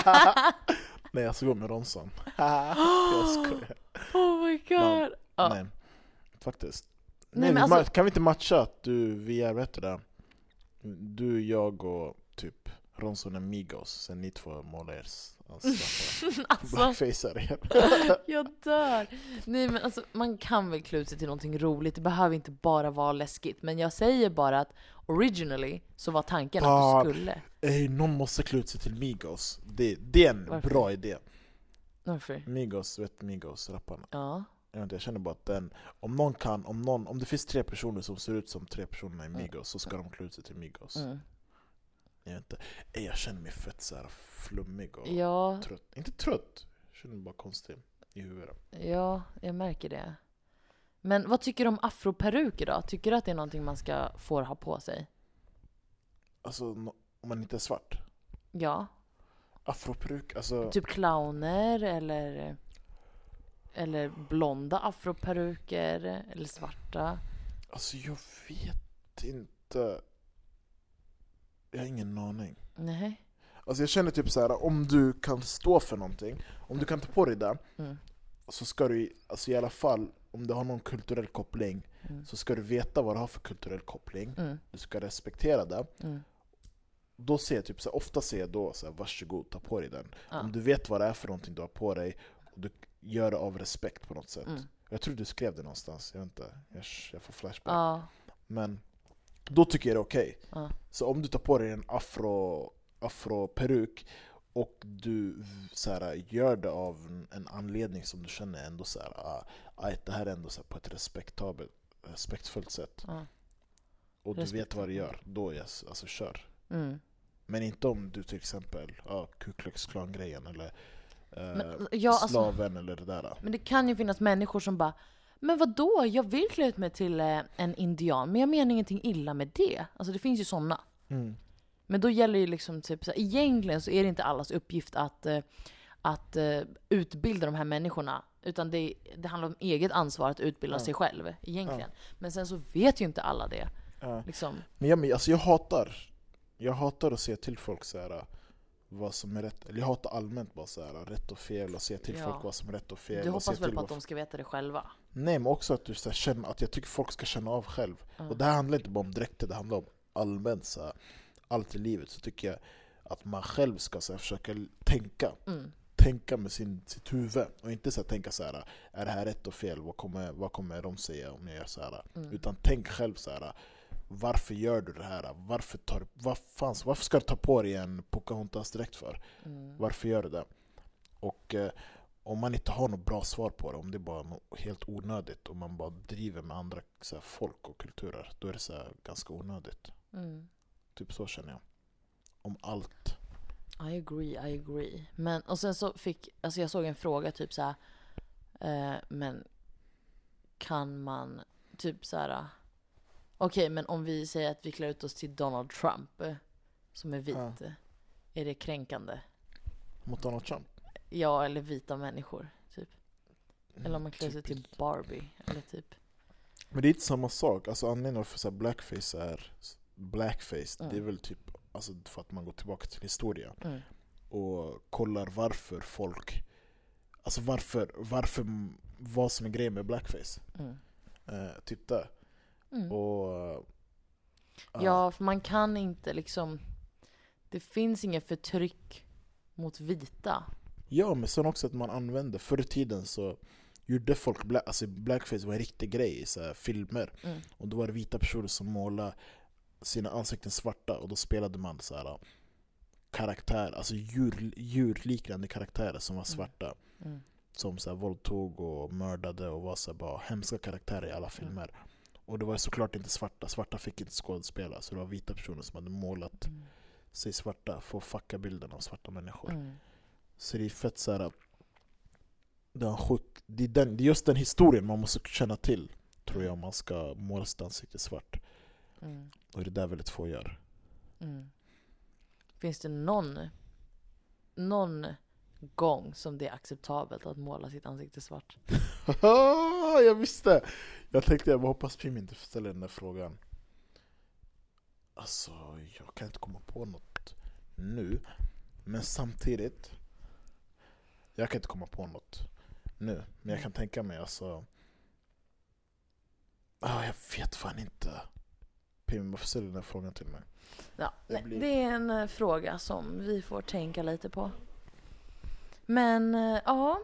Nej, jag ska gå med Ronson. Jag skojar. Oh my god. Men, ja. Nej, faktiskt. Nej, Nej, men alltså... Kan vi inte matcha att du, vi är, vet du det? Du, jag och typ Ronson och Migos, sen ni två målar er alltså, alltså, blackfacear igen. Jag dör. Nej men alltså, man kan väl klä sig till någonting roligt. Det behöver inte bara vara läskigt. Men jag säger bara att originally så var tanken ah, att du skulle. Ey, någon måste klä sig till Migos. Det, det är en Varför? bra idé. Varför? Migos, vet Migos, rapparna. Ja. Jag känner bara att den, om någon kan, om någon, om det finns tre personer som ser ut som tre personer i Migos mm. så ska de klä ut sig till Migos. Mm. Jag vet inte. Ey, jag känner mig fett så här flummig och ja. trött. Inte trött. Jag känner mig bara konstig i huvudet. Ja, jag märker det. Men vad tycker du om afroperuker då? Tycker du att det är någonting man ska få ha på sig? Alltså om man inte är svart. Ja. Afroperuk, alltså typ clowner eller eller blonda afroperuker eller svarta. Alltså jag vet inte. Jag har ingen aning. Nej. Alltså jag känner typ så här, om du kan stå för någonting, om du kan ta på dig det, mm. så ska du, alltså i alla fall, om du har någon kulturell koppling, mm. så ska du veta vad du har för kulturell koppling. Mm. Du ska respektera det. Mm. Då ser jag typ så här, ofta ser jag då så här, varsågod, ta på dig den. Ja. Om du vet vad det är för någonting du har på dig och du gör det av respekt på något sätt. Mm. Jag tror du skrev det någonstans, jag vet inte, jag, jag får flashback. Ja. Men då tycker jag det är okej. Okay. Ja. Så om du tar på dig en afro afroperuk och du så här, gör det av en anledning som du känner ändå så här, ah, det här är ändå så här, på ett respektabelt, respektfullt sätt. Ja. Och du vet vad du gör, då yes, alltså kör. Mm. Men inte om du till exempel, ja, Ku Klux Klan-grejen eller eh, men, ja, slaven alltså, eller det där. Men det kan ju finnas människor som bara, men vadå? Jag vill klä ut mig till eh, en indian, men jag menar ingenting illa med det. Alltså det finns ju sådana. Mm. Men då gäller ju liksom typ så här, egentligen så är det inte allas uppgift att eh, att uh, utbilda de här människorna, utan det, det handlar om eget ansvar att utbilda ja. sig själv egentligen. Ja. Men sen så vet ju inte alla det. Ja. Liksom. Men jag, alltså jag hatar jag hatar att se till folk så här, vad som är rätt. Eller jag hatar allmänt bara så här, rätt och fel, och se till ja. folk vad som är rätt och fel. Du hoppas och se väl till på att vad... de ska veta det själva? Nej, men också att du så här, känner att jag tycker folk ska känna av själv. Mm. Och det här handlar inte bara om dräkter, det handlar om allmänt så här, allt i livet. Så tycker jag att man själv ska så här, försöka tänka. Mm. Tänka med sin, sitt huvud. Och inte så här, tänka så här, är det här rätt och fel? Vad kommer, vad kommer de säga om jag gör så här? Mm. Utan tänk själv så här. Varför gör du det här? Varför, tar, vad fanns, varför ska du ta på dig en Pocahontas direkt för? Mm. Varför gör du det? Och eh, om man inte har något bra svar på det, om det är bara helt onödigt, och man bara driver med andra så här, folk och kulturer, då är det så här, ganska onödigt. Mm. Typ så känner jag. Om allt. I agree, I agree. Men, och sen så fick, alltså jag såg en fråga typ så här, eh, men kan man typ så här, okej, okay, men om vi säger att vi klär ut oss till Donald Trump eh, som är vit, ja. Är det kränkande? Mot Donald Trump? Ja, eller vita människor typ. Eller om man klär sig till Barbie eller typ. Men det är inte samma sak. Alltså anledningen för så här blackface är blackface, mm. det är väl typ alltså för att man går tillbaka till historien mm. och kollar varför folk, alltså varför varför vad som är grejen med blackface. Mm. Eh, typ där. Mm. Och uh, ja, för man kan inte liksom, det finns ingen förtryck mot vita. Ja, men sen också att man använde, förr i tiden så gjorde folk black, alltså blackface var en riktig grej i så här filmer. Mm. Och då var det vita personer som målade sina ansikten svarta, och då spelade man så här karaktär, alltså djur, djurliknande karaktärer som var svarta. Mm. Mm. Som så här våldtog och mördade och var så här bara hemska karaktärer i alla filmer. Mm. Och det var såklart inte svarta. Svarta fick inte skådespela, så det var vita personer som hade målat mm. sig svarta för att fucka bilden av svarta människor. Mm. Så det är fett så här, det är, sjuk, det, är den, det är just den historien man måste känna till, tror jag, om man ska måla sitt ansikte svart. Mm. Och det är där väldigt få gör. Mm. Finns det någon någon gång som det är acceptabelt att måla sitt ansikte svart? Jag visste. Jag tänkte, jag hoppas Pim inte ställer den där frågan. Alltså, jag kan inte komma på något nu. Men samtidigt, jag kan inte komma på något nu. Men jag kan tänka mig, alltså, ah, jag vet fan inte. Pim, varför ställer den där frågan till mig? Ja, nej, blir... Det är en uh, fråga som vi får tänka lite på. Men, uh, ja.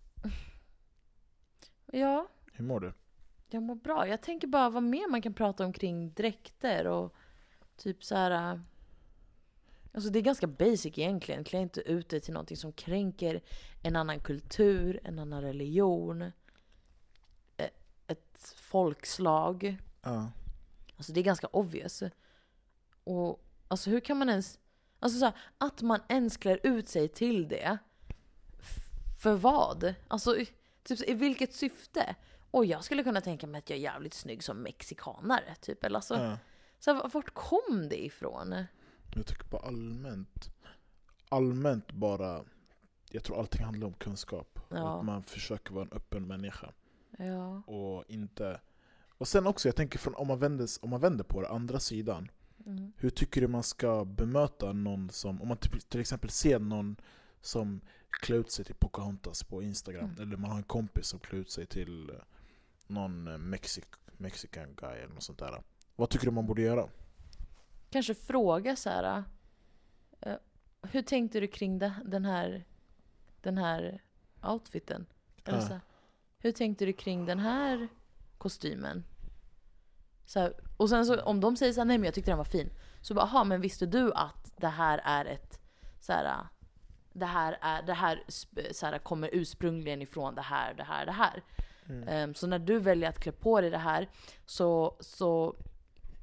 Ja. Hur mår du? Jag mår bra. Jag tänker bara vad mer man kan prata om kring dräkter och typ så här. Uh, alltså det är ganska basic egentligen. Klä inte ut det till någonting som kränker en annan kultur, en annan religion, ett, ett folkslag. Ja. Uh. Alltså det är ganska obvious. Och alltså hur kan man ens, alltså så här, att man ens klär ut sig till det, f- för vad? Alltså typ i vilket syfte? Och jag skulle kunna tänka mig att jag är jävligt snygg som mexikanare typ, eller alltså ja. Så här, vart kom det ifrån? Jag tycker bara allmänt allmänt bara, jag tror allting handlar om kunskap. Ja. Att man försöker vara en öppen människa. Ja. Och inte. Och sen också, jag tänker från, om man vänder, om man vänder på det, andra sidan. Mm. Hur tycker du man ska bemöta någon som, om man till, till exempel ser någon som klär ut sig till Pocahontas på Instagram, mm. eller man har en kompis som klär ut sig till någon Mexik- Mexican guy eller något sånt där. Vad tycker du man borde göra? Kanske fråga så här, uh, hur tänkte du kring det, den här den här outfiten? Eller uh. så här, hur tänkte du kring den här kostymen? Så här, och sen så om de säger så här, nej men jag tyckte den var fin, så bara, aha, men visste du att det här är ett så här, det här är det här så här, kommer ursprungligen ifrån det här det här det här. Mm. Um, så när du väljer att klä på dig det här, så så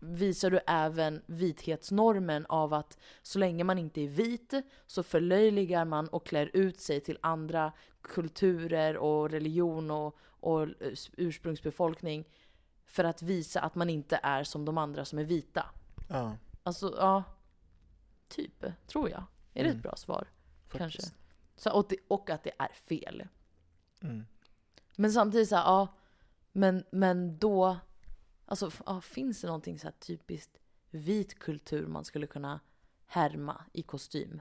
visar du även vithetsnormen av att så länge man inte är vit så förlöjligar man och klär ut sig till andra kulturer och religion och, och ursprungsbefolkning för att visa att man inte är som de andra som är vita. Ja. Alltså, ja. Typ, tror jag. Är det Mm. ett bra svar? Faktiskt. Kanske. Så, och, det, och att det är fel. Mm. Men samtidigt så här, ja. Men, men då... Alltså, ja, finns det någonting så här typiskt vit kultur man skulle kunna härma i kostym?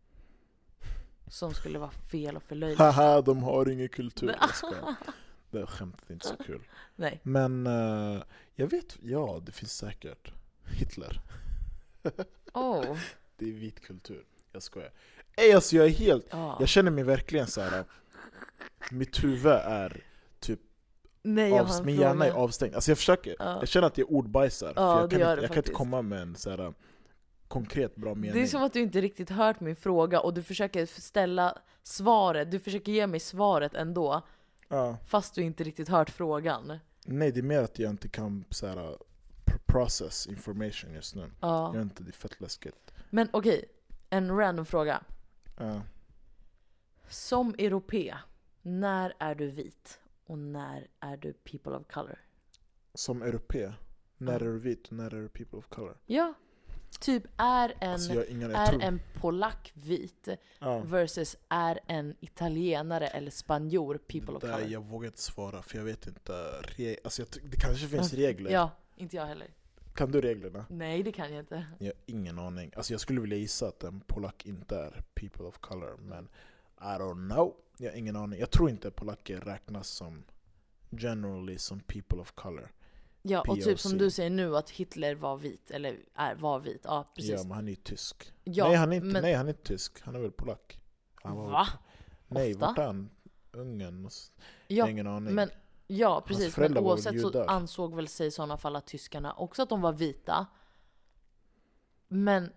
Som skulle vara fel och förlöjligt. Haha, de har ingen kultur. Jag skojar. Det är skämtet inte så kul. Nej. Men uh, jag vet, ja det finns säkert. Hitler. Oh. Det är vit kultur. Jag skojar. Ej, alltså jag är helt... Ja. Jag känner mig verkligen så här. Mitt huvud är typ... Nej, jag Av, har en min hjärna är fråga. avstängd. Alltså jag försöker. Ja. Jag känner att jag ordbajsar. Ja, för jag det kan, gör inte, det jag kan inte faktiskt. komma med en så här konkret bra mening. Det är som att du inte riktigt hört min fråga och du försöker ställa svaret. Du försöker ge mig svaret ändå. Ja. Fast du inte riktigt hört frågan. Nej, det är mer att jag inte kan så här, pr- process information just nu. Ja. Jag vet inte, det är fett läskigt. Men okej, en random fråga. Ja. Som europé, när är du vit? Och när är du people of color? Som europé, när Ja. är du vit och när är du people of color? Ja. Typ är en, Alltså jag har ingen, jag är tror, en polack vit ja. versus är en italienare eller spanjor people of Det där, color? jag vågar inte svara för jag vet inte. Re- alltså jag, ty- det kanske finns regler. Ja, inte jag heller. Kan du reglerna? Nej, det kan jag inte. Jag har ingen aning. Alltså jag skulle vilja gissa att en polack inte är people of color. Men I don't know. Jag har ingen aning. Jag tror inte polacker räknas som generally som people of color. Ja, och P O C. typ som du säger nu att Hitler var vit, eller är, var vit. Ja, precis. Ja, men han är ju tysk. Ja, nej, han är inte, men- nej, han är inte tysk. Han är väl polack. Han var- Va? Nej, Ofta? vart är han? Ungern? och s- Jag Ja, har ingen aning. men, ja precis. Men föräldrar var väl oavsett så judar. ansåg väl sig i sådana fall att tyskarna också att de var vita. Men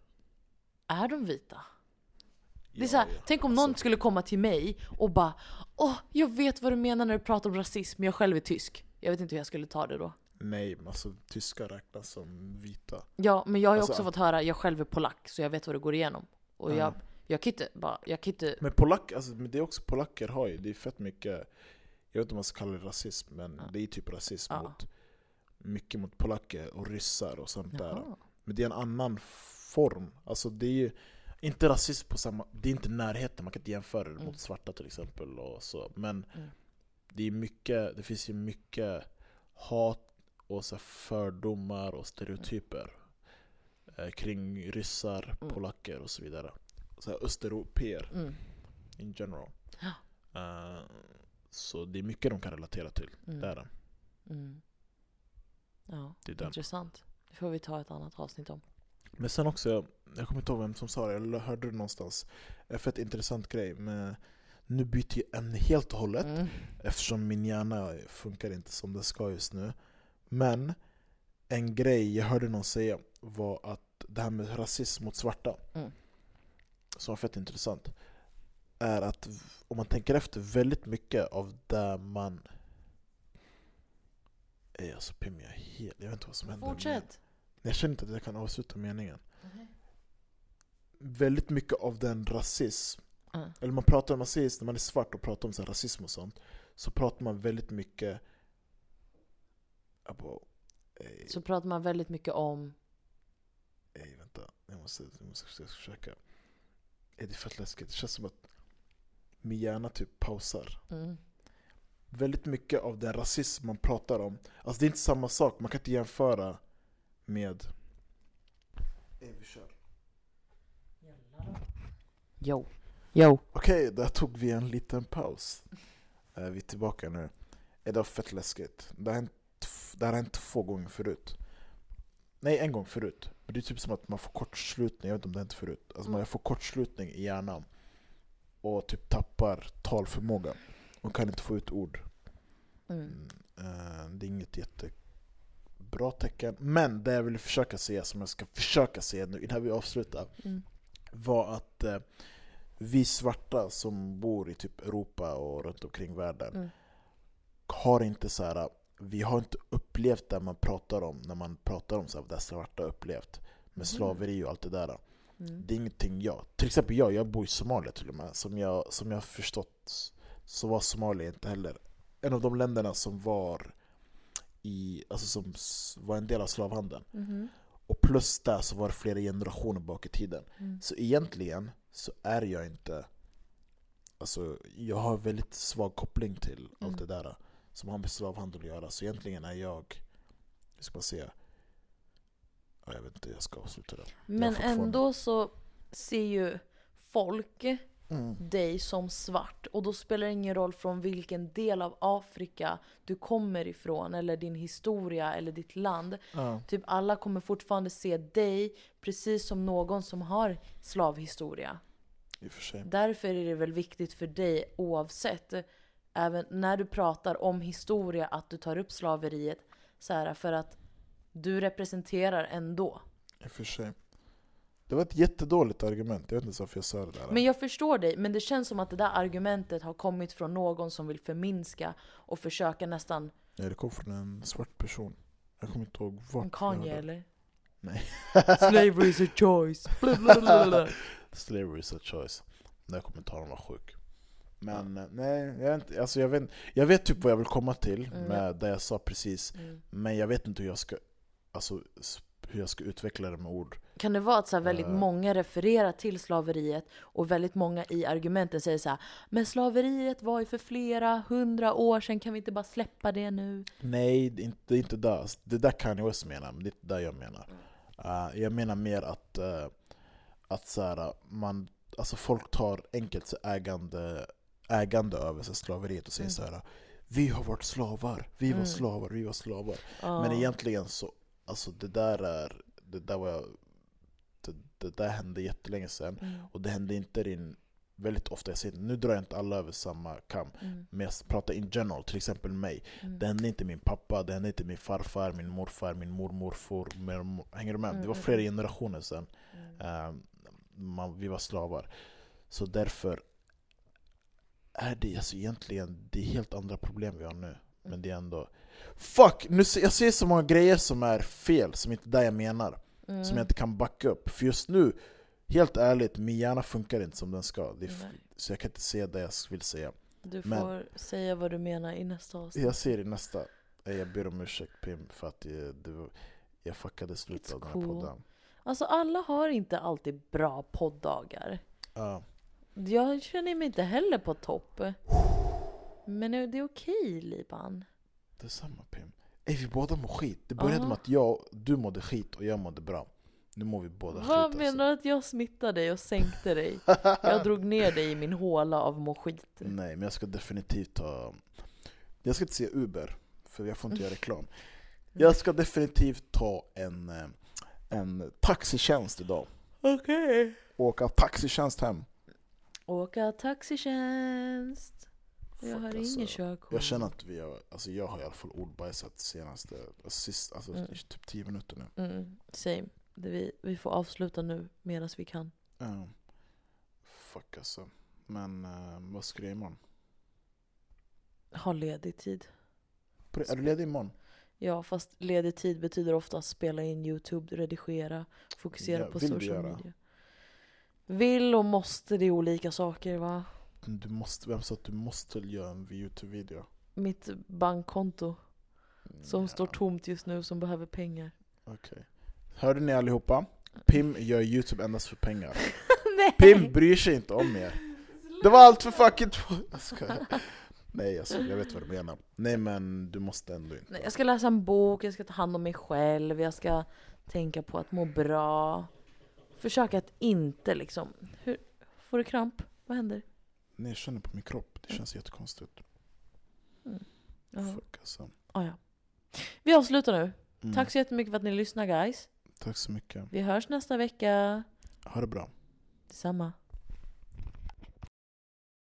är de vita? Det är Ja, så här, ja. tänk om någon Alltså, skulle komma till mig och bara åh, jag vet vad du menar när du pratar om rasism, jag själv är tysk. Jag vet inte hur jag skulle ta det då. Nej, men alltså tyskar räknas som vita. Ja, men jag har ju Alltså, också fått höra, jag själv är polack, så jag vet vad det går igenom. Och Ja. jag, jag kan inte bara, jag kan inte... Men polack, alltså, men det är också polacker har ju, det är fett mycket, jag vet inte om man ska kalla det rasism, men Ja. det är typ rasism Ja. mot, mycket mot polacker och ryssar och sånt där. Jaha. Men det är en annan form, alltså det är ju inte rasism på samma, det är inte närheten, man kan inte jämföra det Mm. mot svarta till exempel och så, men Mm. det är mycket, det finns ju mycket hat och så här fördomar och stereotyper eh, kring ryssar, Mm. polacker och så vidare. Så här östeuropeer Mm. in general. Ja. Eh, så det är mycket de kan relatera till. Mm. Det är det. Mm. Ja, Det är den. intressant. Det får vi ta ett annat avsnitt om. Men sen också, jag kommer inte ihåg vem som sa det, jag hörde det någonstans. En fett intressant grej. Men nu byter jag ämne helt och hållet. Mm. Eftersom min hjärna funkar inte som det ska just nu. Men en grej jag hörde någon säga var att det här med rasism mot svarta, Mm. som var fett intressant, är att om man tänker efter väldigt mycket av där man... Ej, alltså Pim, jag är helt... Jag vet inte vad som händer. Fortsätt. Men jag känner inte att jag kan avsluta meningen. Mhm. Väldigt mycket av den rasism, Mm. eller man pratar om rasism, när man är svart och pratar om så här rasism och sånt, så pratar man väldigt mycket about, ej, Så pratar man väldigt mycket om... ej, vänta, jag måste, jag måste försöka. Ej, det är fett läskigt, det känns som att min hjärna typ pausar. Mm. Väldigt mycket av den rasism man pratar om, alltså det är inte samma sak, man kan inte jämföra med... Ej, vi kör. Jo. Jo. Okej, där tog vi en liten paus. Eh, vi är tillbaka nu. Det var fett läskigt. Det har hänt, det har hänt två gånger förut. Nej, en gång förut. Men det är typ som att man får kortslutning. Jag vet inte om det har hänt förut. Alltså man får kortslutning i hjärnan. Och typ tappar talförmåga. Och kan inte få ut ord. Mm. Eh, det är inget jättebra tecken. Men det jag ville försöka säga, som jag ska försöka säga nu innan vi avslutar, Mm. var att eh, vi svarta som bor i typ Europa och runt omkring världen Mm. har inte så här vi har inte upplevt det man pratar om när man pratar om så här, det svarta upplevt med slaveri och allt det där. Mm. Det är ingenting jag, till exempel jag, jag bor i Somalia till och med, som jag, som jag har förstått så var Somalia inte heller en av de länderna som var i, alltså som var en del av slavhandeln. Mm. Och plus där så var det flera generationer bak i tiden. Mm. Så egentligen så är jag inte, alltså jag har väldigt svag koppling till mm. allt det där som har med slavhandel att göra. Så egentligen är jag, hur ska man säga, ja, jag vet inte, jag ska avsluta det. Men ändå så ser ju folk mm. dig som svart, och då spelar det ingen roll från vilken del av Afrika du kommer ifrån eller din historia eller ditt land. Mm. Typ alla kommer fortfarande se dig precis som någon som har slavhistoria. I och för sig. Därför är det väl viktigt för dig oavsett, även när du pratar om historia, att du tar upp slaveriet så här, för att du representerar ändå. I och för sig. Det var ett jättedåligt argument. Jag vet inte varför jag sa det där. Men jag förstår dig. Men det känns som att det där argumentet har kommit från någon som vill förminska och försöka nästan... Nej, det kom från en svart person. Jag kommer inte ihåg vart. En Kanye eller? Nej. Slavery is a choice. Slavery is a choice. Den kommentaren var sjuk. Men ja. nej, jag vet, alltså jag, vet, jag vet typ vad jag vill komma till mm. med det jag sa precis. Mm. Men jag vet inte hur jag ska, alltså, hur jag ska utveckla det med ord. Kan det vara att så här, väldigt uh, många refererar till slaveriet och väldigt många i argumenten säger så här: men slaveriet var ju för flera hundra år sedan, kan vi inte bara släppa det nu? Nej, det är inte, det är inte där. Det där kan jag också mena, men det är inte där jag menar. Uh, jag menar mer att, uh, att så här, man, alltså folk tar enkelt så ägande, ägande över sig slaveriet och säger mm. så här: vi har varit slavar, vi var mm. slavar, vi var slavar. Uh. Men egentligen så, alltså det där är, det där var jag, det, det där hände jättelänge sedan mm. och det hände inte in väldigt ofta. Jag säger, nu drar jag inte alla över samma kam, mm. men jag pratar in general, till exempel mig. Mm. Det hände inte min pappa, det hände inte min farfar, min morfar, min mormorfar. Hänger du med? Mm. Det var flera generationer sedan mm. uh, man, vi var slavar. Så därför är det alltså egentligen det är helt andra problem vi har nu. Mm. Men det är ändå fuck, nu ser, jag ser så många grejer som är fel, som inte är det jag menar. Mm. Som jag inte kan backa upp. För just nu, helt ärligt, min hjärna funkar inte som den ska. Det f- så jag kan inte säga det jag vill säga. Du får Men, säga vad du menar i nästa avsnitt. Jag säger i nästa. Jag ber om ursäkt, Pim, för att jag, det, jag fuckade slutet av den här cool. podden. Alltså alla har inte alltid bra podddagar. Ja. Uh. Jag känner mig inte heller på topp. Men det är okej, Liban. Det är samma, Pim. Ey, vi båda mår skit. Det började uh-huh. med att jag, du mådde skit och jag mådde bra. Nu mår vi båda skit. Vad menar du alltså. Att jag smittade dig och sänkte dig? Jag drog ner dig i min håla av må skit. Nej, men jag ska definitivt ta... Jag ska inte säga Uber, för jag får inte göra reklam. Jag ska definitivt ta en, en taxitjänst idag. Okej. Okay. Åka taxitjänst hem. Åka taxitjänst. Jag har alltså, ingen körkort. Jag känner att vi har, alltså jag har i alla fall ordbajsat senaste, alltså, sist, alltså mm. typ tio minuter nu. Mm, same. Det vi, vi får avsluta nu medan vi kan. Ja. Uh, fuck alltså. Men uh, vad ska du imorgon? Ha ledig tid. Är du ledig imorgon? Ja, fast ledig tid betyder ofta spela in YouTube, redigera, fokusera ja, på social media. Vill och måste, det är olika saker, va? Du måste, vem sa att du måste göra en YouTube-video? Mitt bankkonto som ja. står tomt just nu, som behöver pengar. Okej. Okay. Hörde ni allihopa? Pim gör YouTube endast för pengar. Pim bryr sig inte om er. Det var allt för fucking... Jag skojar. Nej, alltså, jag vet vad du menar. Nej, men du måste ändå inte. Nej, jag ska läsa en bok, jag ska ta hand om mig själv, jag ska tänka på att må bra. Försöka att inte liksom... Hur... Får du kramp? Vad händer? Nej, jag känner på min kropp. Det känns mm. jättekonstigt. Mm. Fuck alltså. Ah, ja. Vi avslutar nu. Mm. Tack så jättemycket för att ni lyssnar, guys. Tack så mycket. Vi hörs nästa vecka. Ha det bra. Detsamma.